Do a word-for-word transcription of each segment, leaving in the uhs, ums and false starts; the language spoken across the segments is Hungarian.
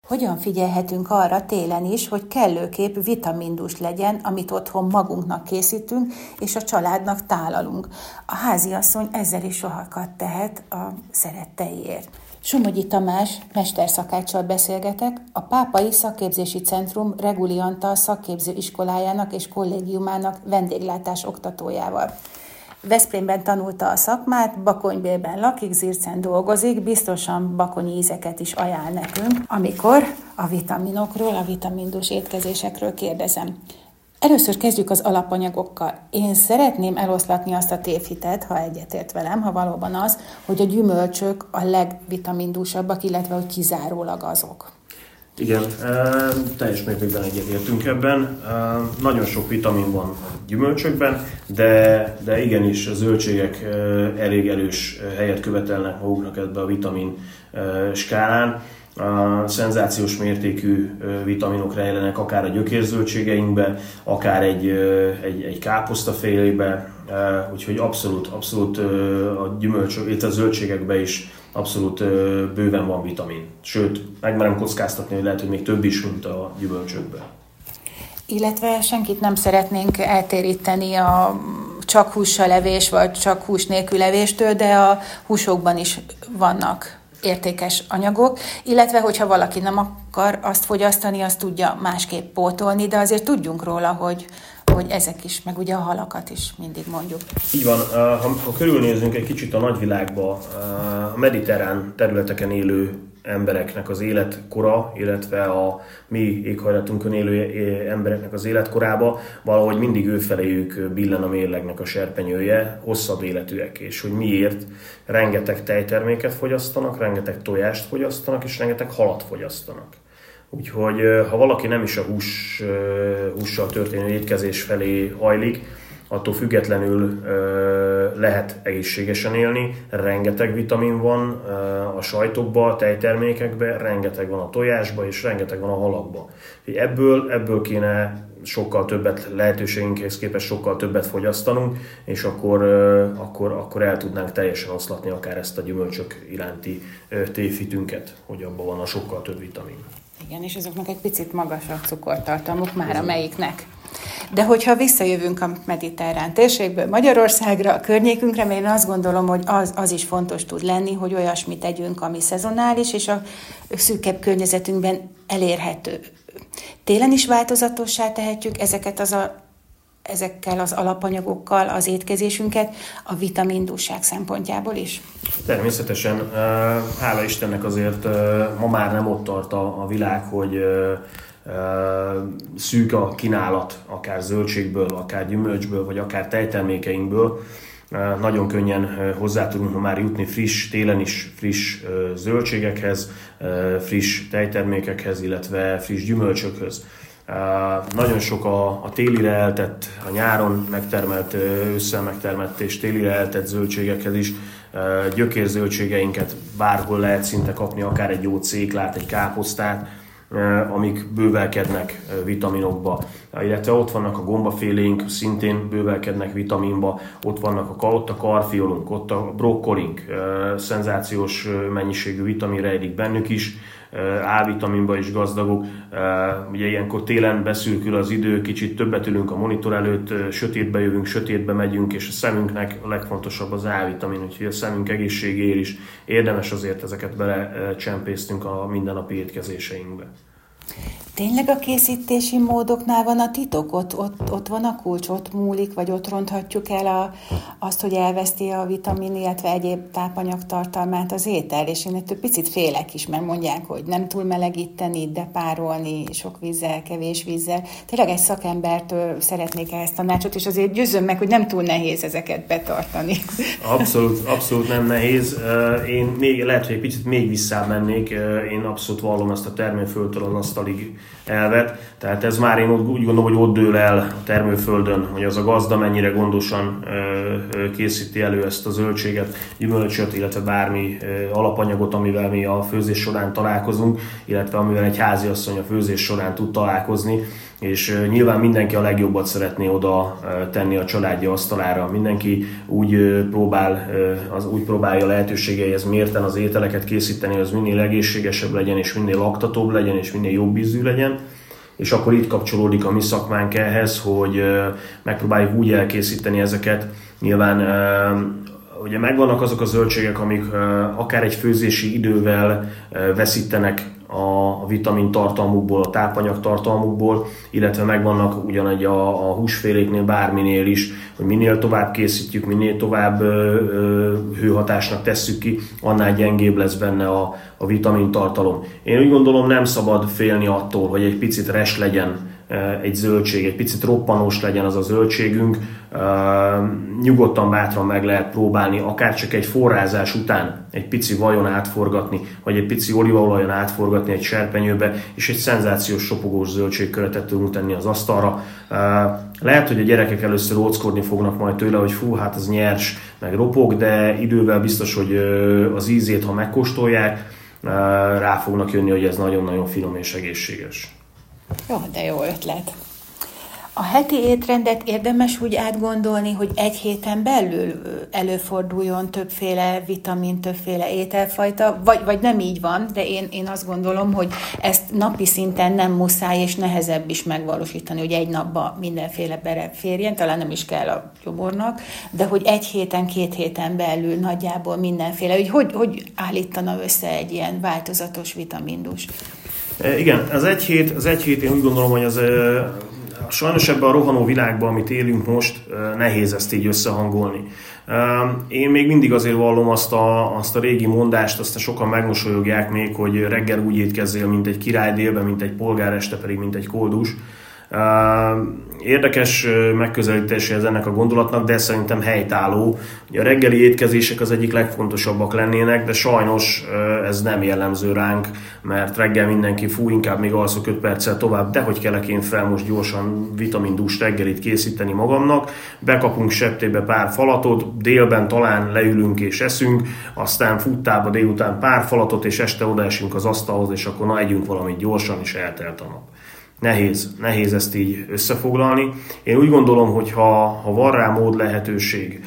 Hogyan figyelhetünk arra télen is, hogy kellőképp vitamindús legyen, amit otthon magunknak készítünk, és a családnak tálalunk. A háziasszony ezzel is sokakat tehet a szeretteiért. Somogyi Tamás mesterszakáccsal beszélgetek, a Pápai Szakképzési Centrum Reguli Antal szakképző iskolájának és kollégiumának vendéglátás oktatójával. Veszprémben tanulta a szakmát, Bakonybélben lakik, Zircen dolgozik, biztosan bakonyi ízeket is ajánl nekünk, amikor a vitaminokról, a vitamindús étkezésekről kérdezem. Először kezdjük az alapanyagokkal. Én szeretném eloszlatni azt a tévhitet, ha egyetért velem, ha valóban az, hogy a gyümölcsök a legvitamindúsabbak, illetve hogy kizárólag azok. Igen, teljes mértékben egyetértünk ebben. Nagyon sok vitamin van a gyümölcsökben, de, de igenis a zöldségek elég erős helyet követelnek maguknak ebbe a vitamin skálán. A szenzációs mértékű vitaminok rejlenek akár a gyökérzöldségeinkbe, akár egy, egy, egy káposztafélébe, úgyhogy abszolút, abszolút a gyümölcsök, illetve a zöldségekben is abszolút bőven van vitamin. Sőt, megmerem kockáztatni, hogy lehet, hogy még több is, mint a gyümölcsökben. Illetve senkit nem szeretnénk eltéríteni a csak hússal levés, vagy csak hús nélkül levéstől, de a húsokban is vannak értékes anyagok, illetve hogyha valaki nem akar azt fogyasztani, azt tudja másképp pótolni, de azért tudjunk róla, hogy, hogy ezek is, meg ugye a halakat is mindig mondjuk. Így van, ha, ha körülnézünk egy kicsit a nagyvilágba, a mediterrán területeken élő embereknek az életkora, illetve a mi éghajlatunkon élő embereknek az életkorába valahogy mindig őfeléjük billen a mérlegnek a serpenyője, hosszabb életűek. És hogy miért? Rengeteg tejterméket fogyasztanak, rengeteg tojást fogyasztanak, és rengeteg halat fogyasztanak. Úgyhogy ha valaki nem is a hús, hússal történő étkezés felé hajlik, attól függetlenül ö, lehet egészségesen élni, rengeteg vitamin van ö, a sajtokban, a tejtermékekben, rengeteg van a tojásban és rengeteg van a halakban. Ebből, ebből kéne sokkal többet, lehetőségünkhez képest sokkal többet fogyasztanunk, és akkor, ö, akkor, akkor el tudnánk teljesen oszlatni akár ezt a gyümölcsök iránti ö, tévhitünket, hogy abban van a sokkal több vitamin. Igen, és azoknak egy picit magasabb cukortartalmuk már a melyiknek. De hogyha visszajövünk a mediterrán térségből Magyarországra, a környékünkre, mert én azt gondolom, hogy az, az is fontos tud lenni, hogy olyasmit tegyünk, ami szezonális, és a szűkebb környezetünkben elérhető. Télen is változatossá tehetjük ezeket az a, ezekkel az alapanyagokkal az étkezésünket a vitamindússág szempontjából is? Természetesen. Hála Istennek azért ma már nem ott tart a, a világ, hogy szűk a kínálat, akár zöldségből, akár gyümölcsből, vagy akár tejtermékeinkből. Nagyon könnyen hozzá tudunk már jutni friss, télen is friss zöldségekhez, friss tejtermékekhez, illetve friss gyümölcsökhöz. Nagyon sok a, a télire eltett, a nyáron megtermelt, ősszel megtermelt és télire eltett zöldségekhez is. Gyökérzöldségeinket bárhol lehet szinte kapni, akár egy jó céklát, egy káposztát, amik bővelkednek vitaminokba. Illetve ott vannak a gombaféléink, szintén bővelkednek vitaminba, ott vannak a, ott a karfiolunk, ott a brokkolink, szenzációs mennyiségű vitamin rejlik bennük is, A-vitaminba is gazdagok. Ugye ilyenkor télen beszürkül az idő, kicsit többet ülünk a monitor előtt, sötétbe jövünk, sötétbe megyünk, és a szemünknek a legfontosabb az A-vitamin, úgyhogy a szemünk egészségéért is érdemes azért ezeket belecsempésztünk a mindennapi étkezéseinkbe. Tényleg a készítési módoknál van a titok? Ott, ott, ott van a kulcs, ott múlik, vagy ott ronthatjuk el a, azt, hogy elveszti a vitamin, illetve egyéb tápanyagtartalmát az étel, és én ettől picit félek is, mert mondják, hogy nem túl melegíteni, de párolni sok vízzel, kevés vízzel. Tényleg egy szakembertől szeretnék ezt tanácsot, és azért győzzöm meg, hogy nem túl nehéz ezeket betartani. Abszolút, abszolút nem nehéz. Én még, lehet, hogy egy picit még visszább mennék. Én abszolút vallom ezt a termőföldtől az asztalig elvet. Tehát ez már én úgy gondolom, hogy ott dől el a termőföldön, hogy az a gazda mennyire gondosan készíti elő ezt a zöldséget, gyümölcsöt, illetve bármi alapanyagot, amivel mi a főzés során találkozunk, illetve amivel egy háziasszony a főzés során tud találkozni. És nyilván mindenki a legjobbat szeretné oda tenni a családja asztalára. Mindenki úgy, próbál, az úgy próbálja lehetőségeihez mérten az ételeket készíteni, hogy az minél egészségesebb legyen, és minél laktatóbb legyen, és minél jobb ízű legyen. És akkor itt kapcsolódik a mi szakmánk ehhez, hogy megpróbáljuk úgy elkészíteni ezeket. Nyilván ugye megvannak azok a zöldségek, amik akár egy főzési idővel veszítenek a vitamin tartalmukból, a tápanyag tartalmukból, illetve megvannak ugyanegy a, a húsféléknél, bárminél is, hogy minél tovább készítjük, minél tovább ö, ö, hőhatásnak tesszük ki, annál gyengébb lesz benne a, a vitamin tartalom. Én úgy gondolom, nem szabad félni attól, hogy egy picit res legyen egy zöldség, egy picit roppanós legyen az a zöldségünk, nyugodtan, bátran meg lehet próbálni, akár csak egy forrázás után egy pici vajon átforgatni, vagy egy pici olívaolajon átforgatni egy serpenyőbe, és egy szenzációs sopogós zöldségköretet tudunk tenni az asztalra. Lehet, hogy a gyerekek először óckodni fognak majd tőle, hogy fú, hát ez nyers, meg ropog, de idővel biztos, hogy az ízét, ha megkóstolják, rá fognak jönni, hogy ez nagyon-nagyon finom és egészséges. Jó, de jó ötlet. A heti étrendet érdemes úgy átgondolni, hogy egy héten belül előforduljon többféle vitamin, többféle ételfajta, vagy, vagy nem így van, de én, én azt gondolom, hogy ezt napi szinten nem muszáj és nehezebb is megvalósítani, hogy egy napban mindenféle beleférjen, talán nem is kell a gyomornak, de hogy egy héten, két héten belül nagyjából mindenféle, hogy hogy, hogy állítana össze egy ilyen változatos vitamindus. Igen, az egy hét, az egy hét én úgy gondolom, hogy az sajnos ebben a rohanó világban, amit élünk most, nehéz ezt így összehangolni. Én még mindig azért vallom azt a, azt a régi mondást, azt a sokan megmosolyogják még, hogy reggel úgy étkezzél, mint egy király, délben, mint egy polgár, este pedig, mint egy koldus. Érdekes megközelítése ez ennek a gondolatnak, de szerintem helytálló. A reggeli étkezések az egyik legfontosabbak lennének, de sajnos ez nem jellemző ránk, mert reggel mindenki fú, inkább még alszok öt perccel tovább, de hogy kellek én fel most gyorsan vitamindús reggelit készíteni magamnak, bekapunk septébe pár falatot, délben talán leülünk és eszünk, aztán futtába délután pár falatot, és este odaesünk az asztalhoz, és akkor na együnk valamit gyorsan, és eltelt a nap. Nehéz, nehéz ezt így összefoglalni. Én úgy gondolom, hogy ha, ha van rá mód, lehetőség,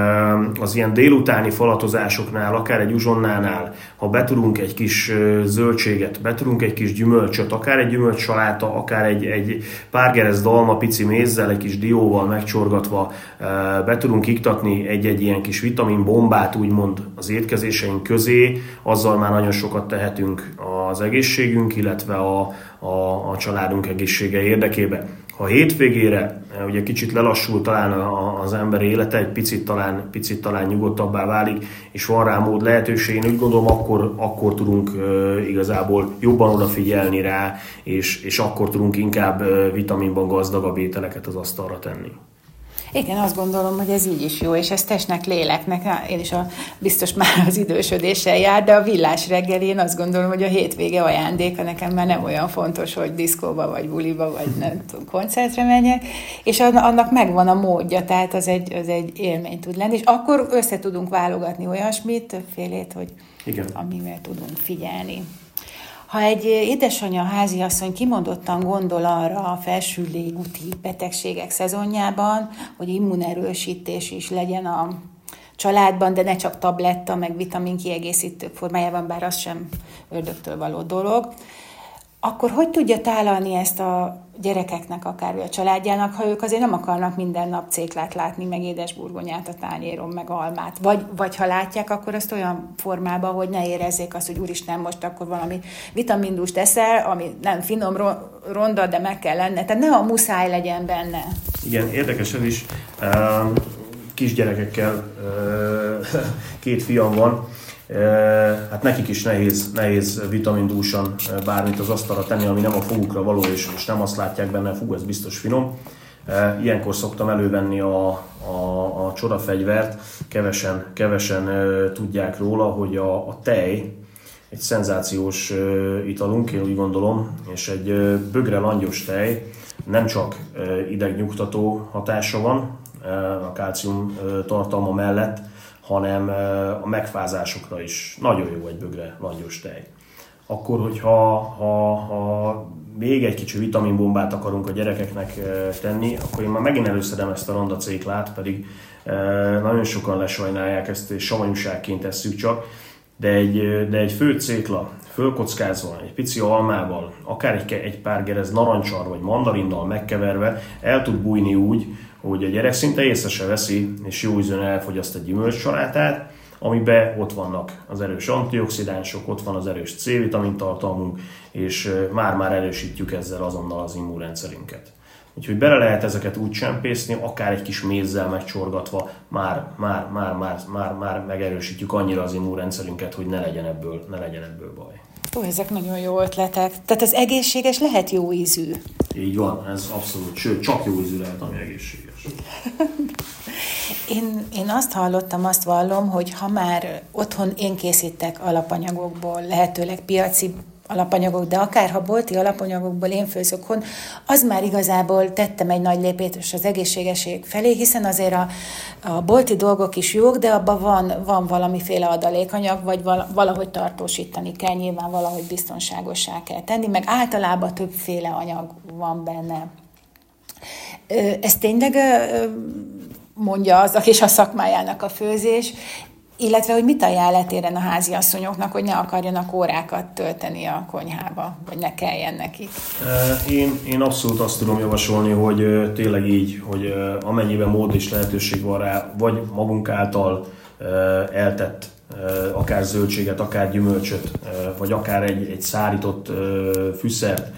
az ilyen délutáni falatozásoknál, akár egy uzsonnánál, ha betudunk egy kis zöldséget, betudunk egy kis gyümölcsöt, akár egy gyümölcssaláta, akár egy, egy pár geresz dalma pici mézzel, egy kis dióval megcsorgatva, be tudunk iktatni egy-egy ilyen kis vitaminbombát, úgymond az étkezéseink közé, azzal már nagyon sokat tehetünk az egészségünk, illetve a, a, a családunk egészsége érdekében. Ha hétvégére ugye kicsit lelassul talán az ember élete, egy picit talán, picit talán nyugodtabbá válik, és van rá mód, lehetőség, én úgy gondolom, akkor, akkor tudunk uh, igazából jobban odafigyelni rá, és, és akkor tudunk inkább uh, vitaminban gazdagabb ételeket az asztalra tenni. Igen, azt gondolom, hogy ez így is jó, és ez testnek, léleknek, én is a, biztos már az idősödéssel jár, de a villás reggel én azt gondolom, hogy a hétvége ajándéka nekem már nem olyan fontos, hogy diszkóba, vagy buliba, vagy nem tudom, koncertre menjek, és annak megvan a módja, tehát az egy, az egy élmény tud lenni, és akkor össze tudunk válogatni olyasmit, többfélét, hogy igen, amivel tudunk figyelni. Ha egy édesanyja, háziasszony kimondottan gondol arra a felső légúti betegségek szezonjában, hogy immunerősítés is legyen a családban, de ne csak tabletta, meg vitaminkiegészítők formájában, bár az sem ördögtől való dolog, akkor hogy tudja tálalni ezt a gyerekeknek, akár a családjának, ha ők azért nem akarnak minden nap céklát látni, meg édesburgonyát a tányéron, meg almát. Vagy, vagy ha látják, akkor azt olyan formában, hogy ne érezzék azt, hogy úristen, most akkor valami vitamindust eszel, ami nem finom, ronda, de meg kell lenne. Tehát ne a muszáj legyen benne. Igen, érdekes ez is. Kisgyerekekkel két fiam van. Hát nekik is nehéz, nehéz vitamindúsan bármit az asztalra tenni, ami nem a fogukra való, és, és nem azt látják benne, fú, ez biztos finom. Ilyenkor szoktam elővenni a, a, a csodafegyvert, kevesen, kevesen tudják róla, hogy a, a tej egy szenzációs italunk, én úgy gondolom, és egy bögre langyos tej nem csak idegnyugtató hatása van a kálcium tartalma mellett, hanem a megfázásokra is nagyon jó egy bögre langyos tej. Akkor, hogyha ha, ha még egy kicsi vitaminbombát akarunk a gyerekeknek tenni, akkor én már megint előszedem ezt a rondacéklát, pedig nagyon sokan lesajnálják ezt, és savanyúságként tesszük csak, de egy, de egy fő cékla, fölkockázva, egy pici almával, akár egy, egy pár gerez narancsal vagy mandarinnal megkeverve el tud bújni úgy, hogy a gyerek szinte észre se veszi, és jó ízűen elfogyaszt egy gyümölcssalátát, amiben ott vannak az erős antioxidánsok, ott van az erős C-vitamin tartalmunk, és már-már erősítjük ezzel azonnal az immunrendszerünket. Úgyhogy bele lehet ezeket úgy csempészni, akár egy kis mézzel megcsorgatva, már, már, már, már, már, már megerősítjük annyira az immunrendszerünket, hogy ne legyen ebből, ne legyen ebből baj. Ó, ezek nagyon jó ötletek. Tehát az egészséges lehet jó ízű. Így van, ez abszolút. Sőt, csak jó ízű lehet, ami egészséges. Én, én azt hallottam, azt vallom, hogy ha már otthon én készítek alapanyagokból, lehetőleg piaci alapanyagok, de akár ha bolti alapanyagokból én főzök, az már igazából tettem egy nagy lépést az egészségesség felé, hiszen azért a, a bolti dolgok is jók, de abban van, van valamiféle adalékanyag, vagy valahogy tartósítani kell, nyilván valahogy biztonságossá kell tenni, meg általában többféle anyag van benne. Ez tényleg mondja az, aki is a szakmájának a főzés, illetve, hogy mit ajánl letéren a háziasszonyoknak, hogy ne akarjanak órákat tölteni a konyhába, vagy ne kelljen nekik? Én, én abszolút azt tudom javasolni, hogy tényleg így, hogy amennyiben mód és lehetőség van rá, vagy magunk által eltett akár zöldséget, akár gyümölcsöt, vagy akár egy, egy szárított fűszert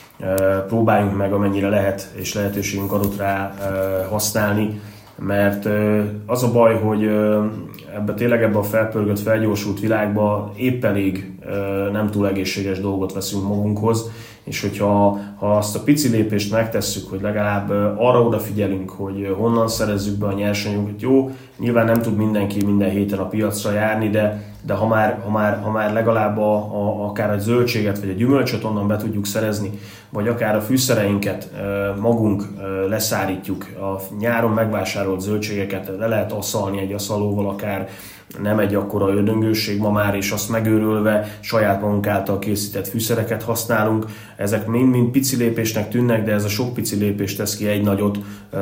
próbáljunk meg, amennyire lehet, és lehetőségünk adott rá használni, mert az a baj, hogy ebbe tényleg ebbe a felpörgött, felgyorsult világba épp elég nem túl egészséges dolgot veszünk magunkhoz, és hogyha ha azt a pici lépést megtesszük, hogy legalább arra odafigyelünk, hogy honnan szerezzük be a nyersanyagokat, jó, nyilván nem tud mindenki minden héten a piacra járni, de, de ha, már, ha, már, ha már legalább a, a, akár a zöldséget vagy a gyümölcsöt onnan be tudjuk szerezni, vagy akár a fűszereinket magunk leszárítjuk, a nyáron megvásárolt zöldségeket le lehet asszalni egy aszalóval, akár nem egy akkora ödöngőség ma már, és azt megőrülve saját magunk által készített fűszereket használunk. Ezek mind-mind pici lépésnek tűnnek, de ez a sok pici lépés tesz ki egy nagyot,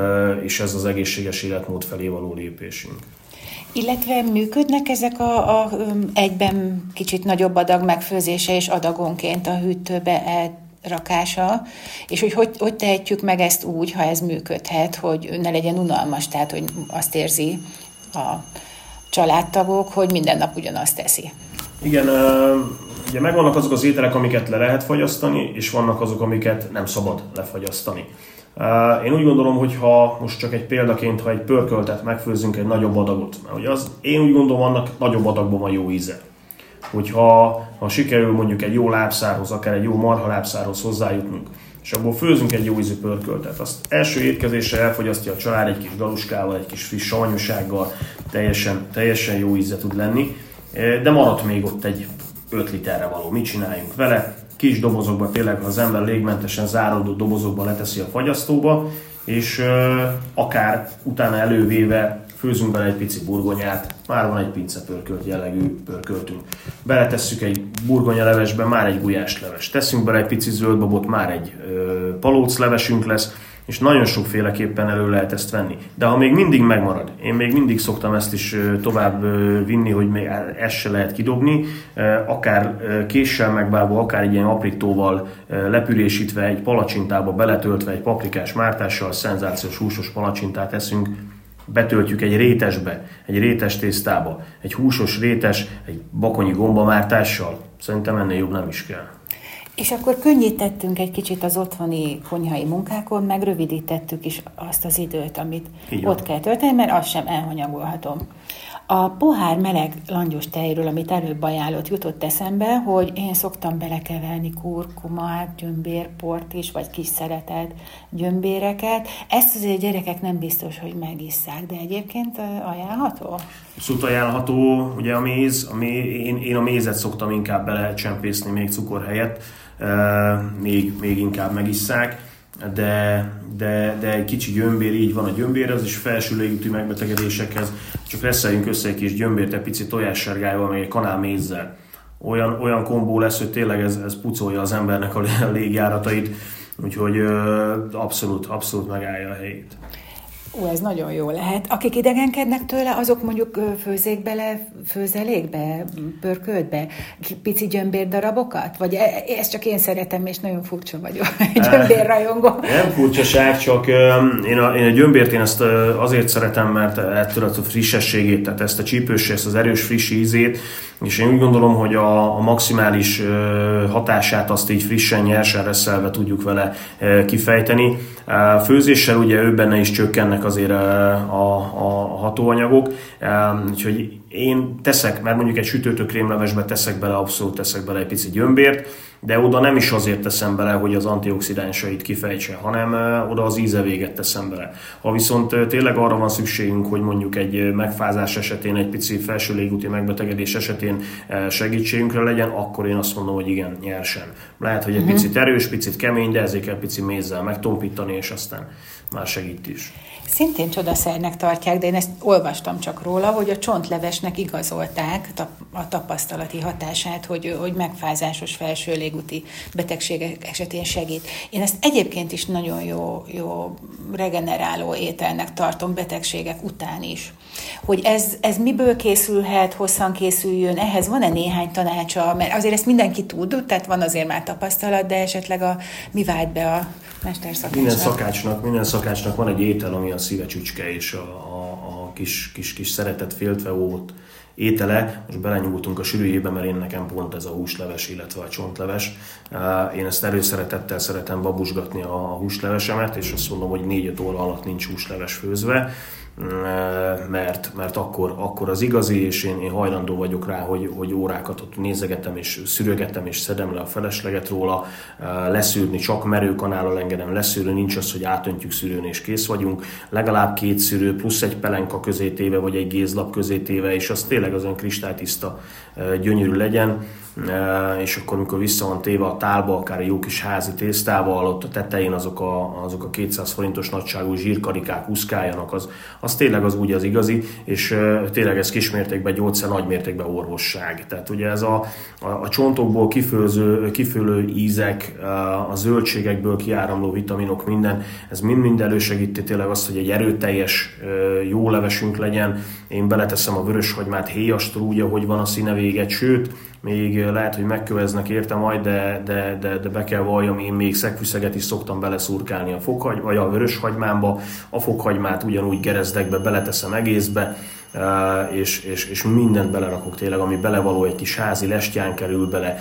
és ez az egészséges életmód felé való lépésünk. Illetve működnek ezek a, a egyben kicsit nagyobb adag megfőzése és adagonként a hűtőbe elrakása, és hogy, hogy hogy tehetjük meg ezt úgy, ha ez működhet, hogy ne legyen unalmas, tehát hogy azt érzi a családtagok, hogy minden nap ugyanazt teszi. Igen, ugye megvannak azok az ételek, amiket le lehet fagyasztani, és vannak azok, amiket nem szabad lefagyasztani. Én úgy gondolom, hogy ha most csak egy példaként, ha egy pörköltet megfőzünk egy nagyobb adagot, mert ugye az, én úgy gondolom, annak nagyobb adagban van jó íze. Hogyha ha sikerül mondjuk egy jó lábszárhoz, akár egy jó marhalábszárhoz hozzájutnunk, és abból főzünk egy jó ízű pörköltet, azt első étkezésre elfogyasztja a család egy kis galuskával, egy kis friss savanyúsággal, teljesen, teljesen jó íze tud lenni, de maradt még ott egy öt literre való. Mit csináljunk vele? Kis dobozokba, tényleg az ember légmentesen záródó dobozokba leteszi a fagyasztóba, és akár utána elővéve főzünk bele egy pici burgonyát, már van egy pincepörkölt jellegű pörköltünk. Beletesszük egy burgonyalevesbe, már egy gulyásleves. Teszünk bele egy pici zöldbabot, már egy ö, palóclevesünk lesz, és nagyon sokféleképpen elő lehet ezt venni. De ha még mindig megmarad, én még mindig szoktam ezt is tovább vinni, hogy még ezt se lehet kidobni, akár késsel megvágva, akár egy ilyen aprítóval lepürésítve, egy palacsintába beletöltve, egy paprikás mártással, szenzációs húsos palacsintát eszünk, betöltjük egy rétesbe, egy rétes tésztába, egy húsos rétes, egy bakonyi gombamártással, szerintem ennél jobb nem is kell. És akkor könnyítettünk egy kicsit az otthoni konyhai munkákon, meg rövidítettük is azt az időt, amit ott kell tölteni, mert azt sem elhanyagolhatom. A pohár meleg langyos tejről, amit előbb ajánlott, jutott eszembe, hogy én szoktam belekeverni kurkumát, gyömbérport is, vagy kis szeretett gyömbéreket. Ezt azért a gyerekek nem biztos, hogy megisszák, de egyébként ajánlható? Abszolút ajánlható, ugye a méz, a méz én, én a mézet szoktam inkább belecsempészni még cukor helyett, még, még inkább megisszák. De, de, de egy kicsi gyömbér, így van a gyömbér, az is felső légúti megbetegedésekhez, csak reszeljünk össze egy kis gyömbért, egy pici tojássárgályval, meg egy kanál mézzel. Olyan, olyan kombó lesz, hogy tényleg ez, ez pucolja az embernek a légjáratait, úgyhogy abszolút, abszolút megállja a helyét. Ó, ez nagyon jó lehet. Akik idegenkednek tőle, azok mondjuk főzzék bele főzelékbe, pörköltbe, pici gyömbérdarabokat? Vagy ezt csak én szeretem, és nagyon furcsa vagyok, gyömbérrajongó. Nem furcsaság, csak én a, én a gyömbért én ezt azért szeretem, mert ettől a frissességét, tehát ezt a csípős, ezt az erős friss ízét, és én úgy gondolom, hogy a, a maximális hatását azt így frissen, nyersen reszelve tudjuk vele kifejteni. Főzéssel ugye ő benne is csökkennek azért a, a, a hatóanyagok, úgyhogy én teszek, mert mondjuk egy sütőtő krémlevesbe teszek bele, abszolút teszek bele egy pici gyömbért, de oda nem is azért teszem bele, hogy az antioxidánsait kifejtse, hanem oda az ízevéget teszem bele. Ha viszont tényleg arra van szükségünk, hogy mondjuk egy megfázás esetén, egy pici felső légúti megbetegedés esetén segítségünkre legyen, akkor én azt mondom, hogy igen, nyersen. Lehet, hogy egy uh-huh. picit erős, picit kemény, de ezért kell pici mézzel megtompítani, és aztán már segít is. Szintén csodaszernek tartják, de én ezt olvastam csak róla, hogy a csontlevesnek igazolták a tapasztalati hatását, hogy, hogy megfázásos felső légúti betegségek esetén segít. Én ezt egyébként is nagyon jó, jó regeneráló ételnek tartom betegségek után is. Hogy ez, ez miből készülhet, hosszan készüljön, ehhez van-e néhány tanácsa, mert azért ezt mindenki tud, tehát van azért már tapasztalat, de esetleg a, mi vált be a mesterszakácsnak? Minden szakácsnak, minden szakácsnak van egy étel, ami a szívecsücske és a, a, a kis, kis, kis szeretett féltve óvott étele. Most belenyúltunk a sűrűjébe, mert én nekem pont ez a húsleves, illetve a csontleves. Én ezt előszeretettel szeretem babusgatni a húslevesemet, és azt mondom, hogy négy-öt óra alatt nincs húsleves főzve, mert, mert akkor, akkor az igazi, és én, én hajlandó vagyok rá, hogy, hogy órákat ott nézegetem, és szürögetem, és szedem le a felesleget róla, leszűrni, csak merőkanállal engedem leszűrni, nincs az, hogy átöntjük szűrőn, és kész vagyunk. Legalább két szűrő, plusz egy pelenka közé téve, vagy egy gézlap közé téve, és az tényleg az olyan kristálytiszta, gyönyörű legyen. És akkor, amikor vissza van téve a tálba, akár egy jó kis házi tésztával, ott a tetején azok a, azok a kétszáz forintos nagyságú zsírkarikák úszkáljanak, az, az tényleg az úgy az igazi, és tényleg ez kismértékben gyógyszer, nagymértékben orvosság. Tehát ugye ez a, a, a csontokból kifőző, kifőlő ízek, a zöldségekből kiáramló vitaminok, minden, ez mind-mind elősegíti tényleg azt, hogy egy erőteljes, jó levesünk legyen. Én beleteszem a vöröshagymát, héjastól úgy, ahogy van a színe véget, sőt, még lehet, hogy megköveznek érte majd, de, de, de, de be kell valljam, én még szegfűszeget is szoktam beleszurkálni a fokhagy, vagy a vöröshagymámba, a fokhagymát ugyanúgy gerezdekbe beleteszem egészbe, és, és, és mindent belerakok tényleg, ami belevaló, egy kis házi lestján kerül bele,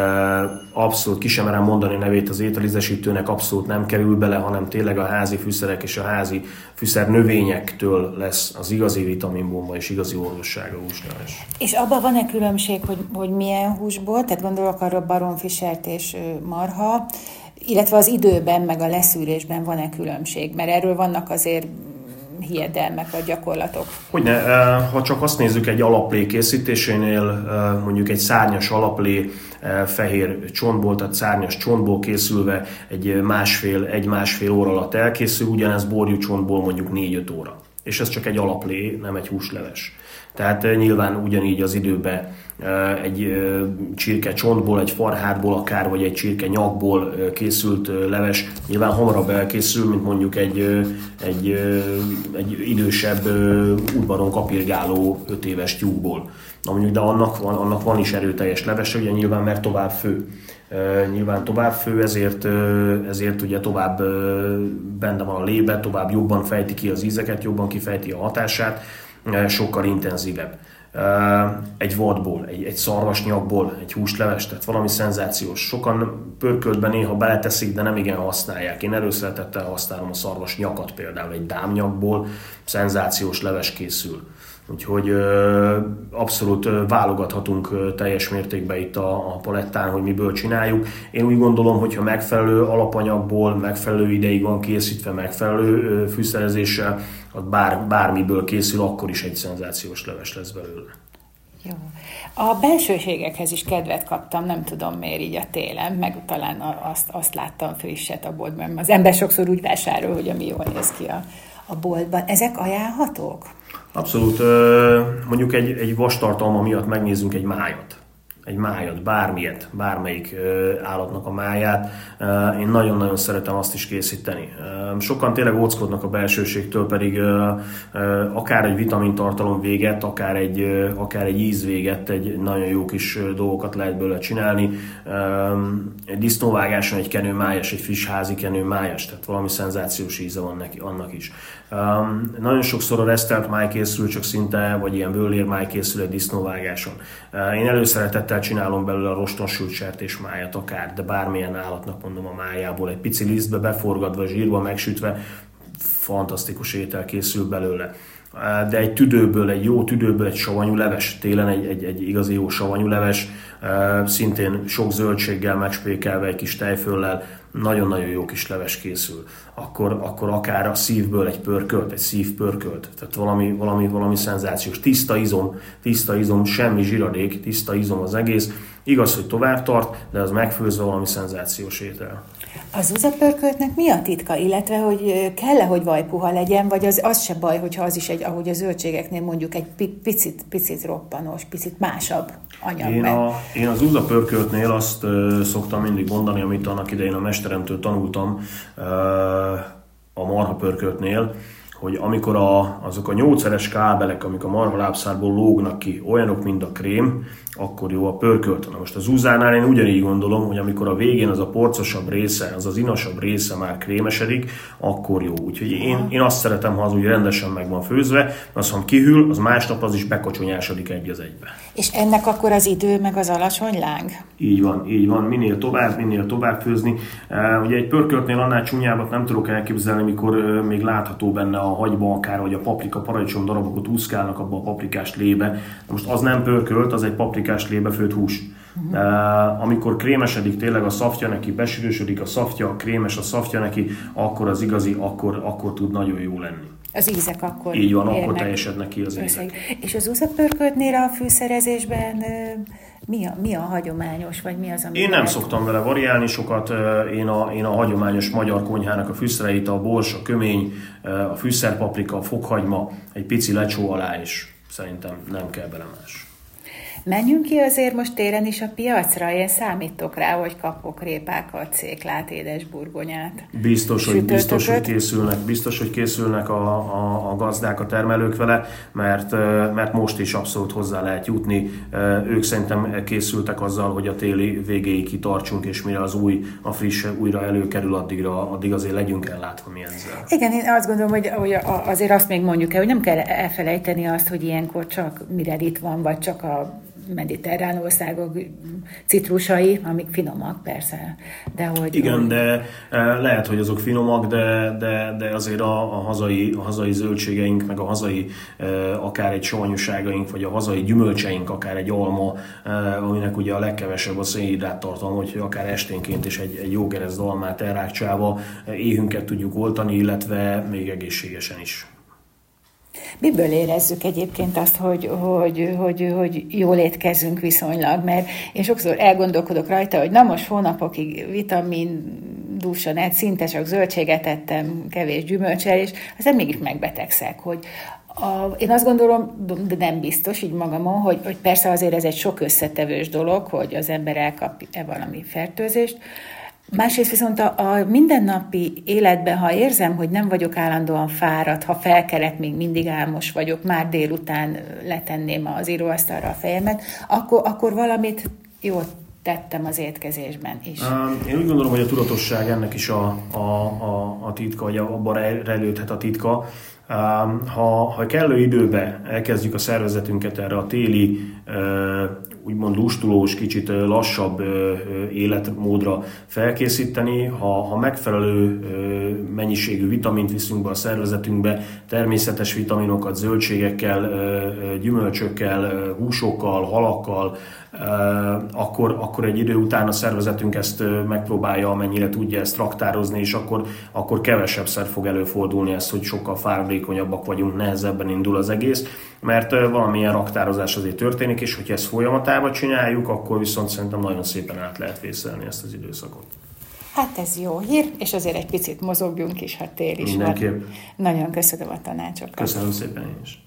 abszolút ki sem merem mondani nevét az ételízesítőnek, abszolút nem kerül bele, hanem tényleg a házi fűszerek és a házi fűszer növényektől lesz az igazi vitaminbomba és igazi orvosság a húsleves. És abban van-e különbség, hogy, hogy milyen húsból, tehát gondolok arra baromfisert és marha, illetve az időben meg a leszűrésben van-e különbség? Mert erről vannak azért hiedelmek vagy gyakorlatok. Hogyne, ha csak azt nézzük egy alaplé készítésénél, mondjuk egy szárnyas alaplé fehér csontból, tehát szárnyas csontból készülve egy másfél, egy másfél óra alatt elkészül, ugyanez borjú csontból mondjuk négy-öt óra. És ez csak egy alaplé, nem egy húsleves. Tehát nyilván ugyanígy az időben egy csirke csontból, egy farhátból akár, vagy egy csirke nyakból készült leves nyilván hamarabb elkészül, mint mondjuk egy, egy, egy idősebb udvaron kapirgáló öt éves tyúkból. Na mondjuk, de annak van, annak van is erőteljes levese, ugye nyilván mert tovább fő. Nyilván tovább fő, ezért, ezért ugye tovább benne van a lébe, tovább jobban fejti ki az ízeket, jobban kifejti a hatását, sokkal intenzívebb. Egy vadból, egy, egy szarvasnyakból, egy húsleves, tehát valami szenzációs. Sokan pörköltben néha beleteszik, de nem igen használják. Én előszeretettel használom a szarvasnyakat például, egy dámnyakból szenzációs leves készül. Úgyhogy abszolút válogathatunk teljes mértékben itt a, a palettán, hogy miből csináljuk. Én úgy gondolom, hogyha megfelelő alapanyagból, megfelelő ideig van készítve, megfelelő fűszerezéssel, az bár, bármiből készül, akkor is egy szenzációs leves lesz belőle. Jó. A belsőségekhez is kedvet kaptam, nem tudom miért így a télen, meg talán azt, azt láttam frisset a boltban. Az ember sokszor úgy vásárol, hogy ami jól néz ki a, a boltban. Ezek ajánlhatók? Abszolút. Mondjuk egy, egy vastartalma miatt megnézzünk egy májat. Egy májat, bármilyet, bármelyik állatnak a máját. Én nagyon-nagyon szeretem azt is készíteni. Sokan tényleg óckodnak a belsőségtől, pedig akár egy vitamintartalom véget, akár egy, akár egy íz véget, egy nagyon jó kis dolgokat lehet belőle csinálni. Egy disznóvágáson egy kenőmájas, egy friss házi kenőmájas, tehát valami szenzációs íze van neki, annak is. Nagyon sokszor a resztelt máj készül, csak szinte, vagy ilyen bőlérmáj készül egy disznóvágáson. Én előszeretettel csinálom belőle a rostonsült sertésmájat akár, de bármilyen állatnak mondom a májából, egy pici lisztbe beforgatva, zsírba megsütve, fantasztikus étel készül belőle. De egy tüdőből, egy jó tüdőből egy savanyú leves, télen egy, egy, egy igazi jó savanyú leves, szintén sok zöldséggel megspékelve, egy kis tejföllel, nagyon-nagyon jó kis leves készül. Akkor, akkor akár a szívből egy pörkölt, egy szívpörkölt, tehát valami, valami, valami szenzációs. Tiszta izom, tiszta izom, semmi zsiradék, tiszta izom az egész. Igaz, hogy tovább tart, de az megfőzve valami szenzációs étel. A zuzapörköltnek mi a titka, illetve hogy kell-e, hogy vajpuha legyen, vagy az, az se baj, hogyha az is egy, ahogy a zöldségeknél mondjuk egy picit, picit roppanos, picit másabb anyag. Én, a, én az zuzapörköltnél azt uh, szoktam mindig mondani, amit annak idején a mesteremtől tanultam uh, a marhapörköltnél, hogy amikor a, azok a nyolcszeres kábelek, amik a marhalábszárból lógnak ki, olyanok, mint a krém, akkor jó a pörkölt. Na most a zúzánál én ugyanígy gondolom, hogy amikor a végén az a porcosabb része, az az inasabb része már krémesedik, akkor jó. Úgyhogy én, én azt szeretem, ha az úgy rendesen meg van főzve, az, ha kihűl, az másnap az is bekocsonyásodik egy az egybe. És ennek akkor az idő meg az alacsony láng? Így van, így van. Minél tovább, minél tovább főzni. Ugye egy pörköltnél annál csúnyábbat nem tudok elképzelni, mikor még látható benne a hagyma akár, vagy a paprika, paradicsom darabokat úszkálnak abba a paprikás lébe. Most az nem pörkölt, az egy paprikás lébe főtt hús. Uh-huh. Uh, amikor krémesedik tényleg a szaftja neki, besűrűsödik a szaftja, krémes a szaftja neki, akkor az igazi, akkor, akkor tud nagyon jó lenni. Az ízek akkor így van, érnek. Akkor teljesednek ki az ízek. És az zuzapörköltnél a fűszerezésben mi a, mi a hagyományos, vagy mi az, ami... Én nem lehet... szoktam vele variálni sokat, én a, én a hagyományos magyar konyhának a fűszereit, a bors, a kömény, a fűszerpaprika, a fokhagyma, egy pici lecsó alá, és szerintem nem kell bele más. Menjünk ki azért most téren is a piacra, én számítok rá, hogy kapok répákat, céklát, édesburgonyát. Biztos, hogy, biztos, hogy készülnek, biztos, hogy készülnek a, a, a gazdák, a termelők vele, mert, mert most is abszolút hozzá lehet jutni. Ők szerintem készültek azzal, hogy a téli végéig kitartsunk, és mire az új, a friss újra előkerül, addigra, addig azért legyünk ellátva mi ezzel. Igen, én azt gondolom, hogy, hogy azért azt még mondjuk el, hogy nem kell elfelejteni azt, hogy ilyenkor csak mire itt van, vagy csak a mediterrán országok citrusai, amik finomak persze. De hogy igen, de lehet, hogy azok finomak, de, de, de azért a, a, hazai, a hazai zöldségeink, meg a hazai akár egy savanyúságaink, vagy a hazai gyümölcseink, akár egy alma, aminek ugye a legkevesebb a szénhidrát tartalma, hogy akár esténként is egy, egy jó kereszt almát elrákcsálva éhünket tudjuk oltani, illetve még egészségesen is. Miből érezzük egyébként azt, hogy, hogy, hogy, hogy jól étkezünk viszonylag? Mert én sokszor elgondolkodok rajta, hogy na most hónapokig vitamindúsan, szinte csak zöldséget ettem, kevés gyümölcsel, és aztán mégis megbetegszek, hogy a, én azt gondolom, de nem biztos így magamon, hogy, hogy persze azért ez egy sok összetevős dolog, hogy az ember elkap-e valami fertőzést. Másrészt viszont a, a mindennapi életben, ha érzem, hogy nem vagyok állandóan fáradt, ha felkelek, még mindig álmos vagyok, már délután letenném az íróasztalra a fejemet, akkor, akkor valamit jól tettem az étkezésben is. Én úgy gondolom, hogy a tudatosság ennek is a, a, a, a titka, vagy abban rejlődhet a titka. Ha, ha kellő időben elkezdjük a szervezetünket erre a téli úgymond lustulós, kicsit lassabb életmódra felkészíteni. Ha, ha megfelelő mennyiségű vitamint viszünk be a szervezetünkbe, természetes vitaminokat zöldségekkel, gyümölcsökkel, húsokkal, halakkal, akkor, akkor egy idő után a szervezetünk ezt megpróbálja, amennyire tudja ezt raktározni, és akkor, akkor kevesebbszer fog előfordulni ez, hogy sokkal fáradékonyabbak vagyunk, nehezebben indul az egész, mert valamilyen raktározás azért történik, és hogyha ezt folyamatában csináljuk, akkor viszont szerintem nagyon szépen át lehet vészelni ezt az időszakot. Hát ez jó hír, és azért egy picit mozogjunk is, ha tél is van. Nagyon köszönöm a tanácsokat. Köszönöm szépen én is.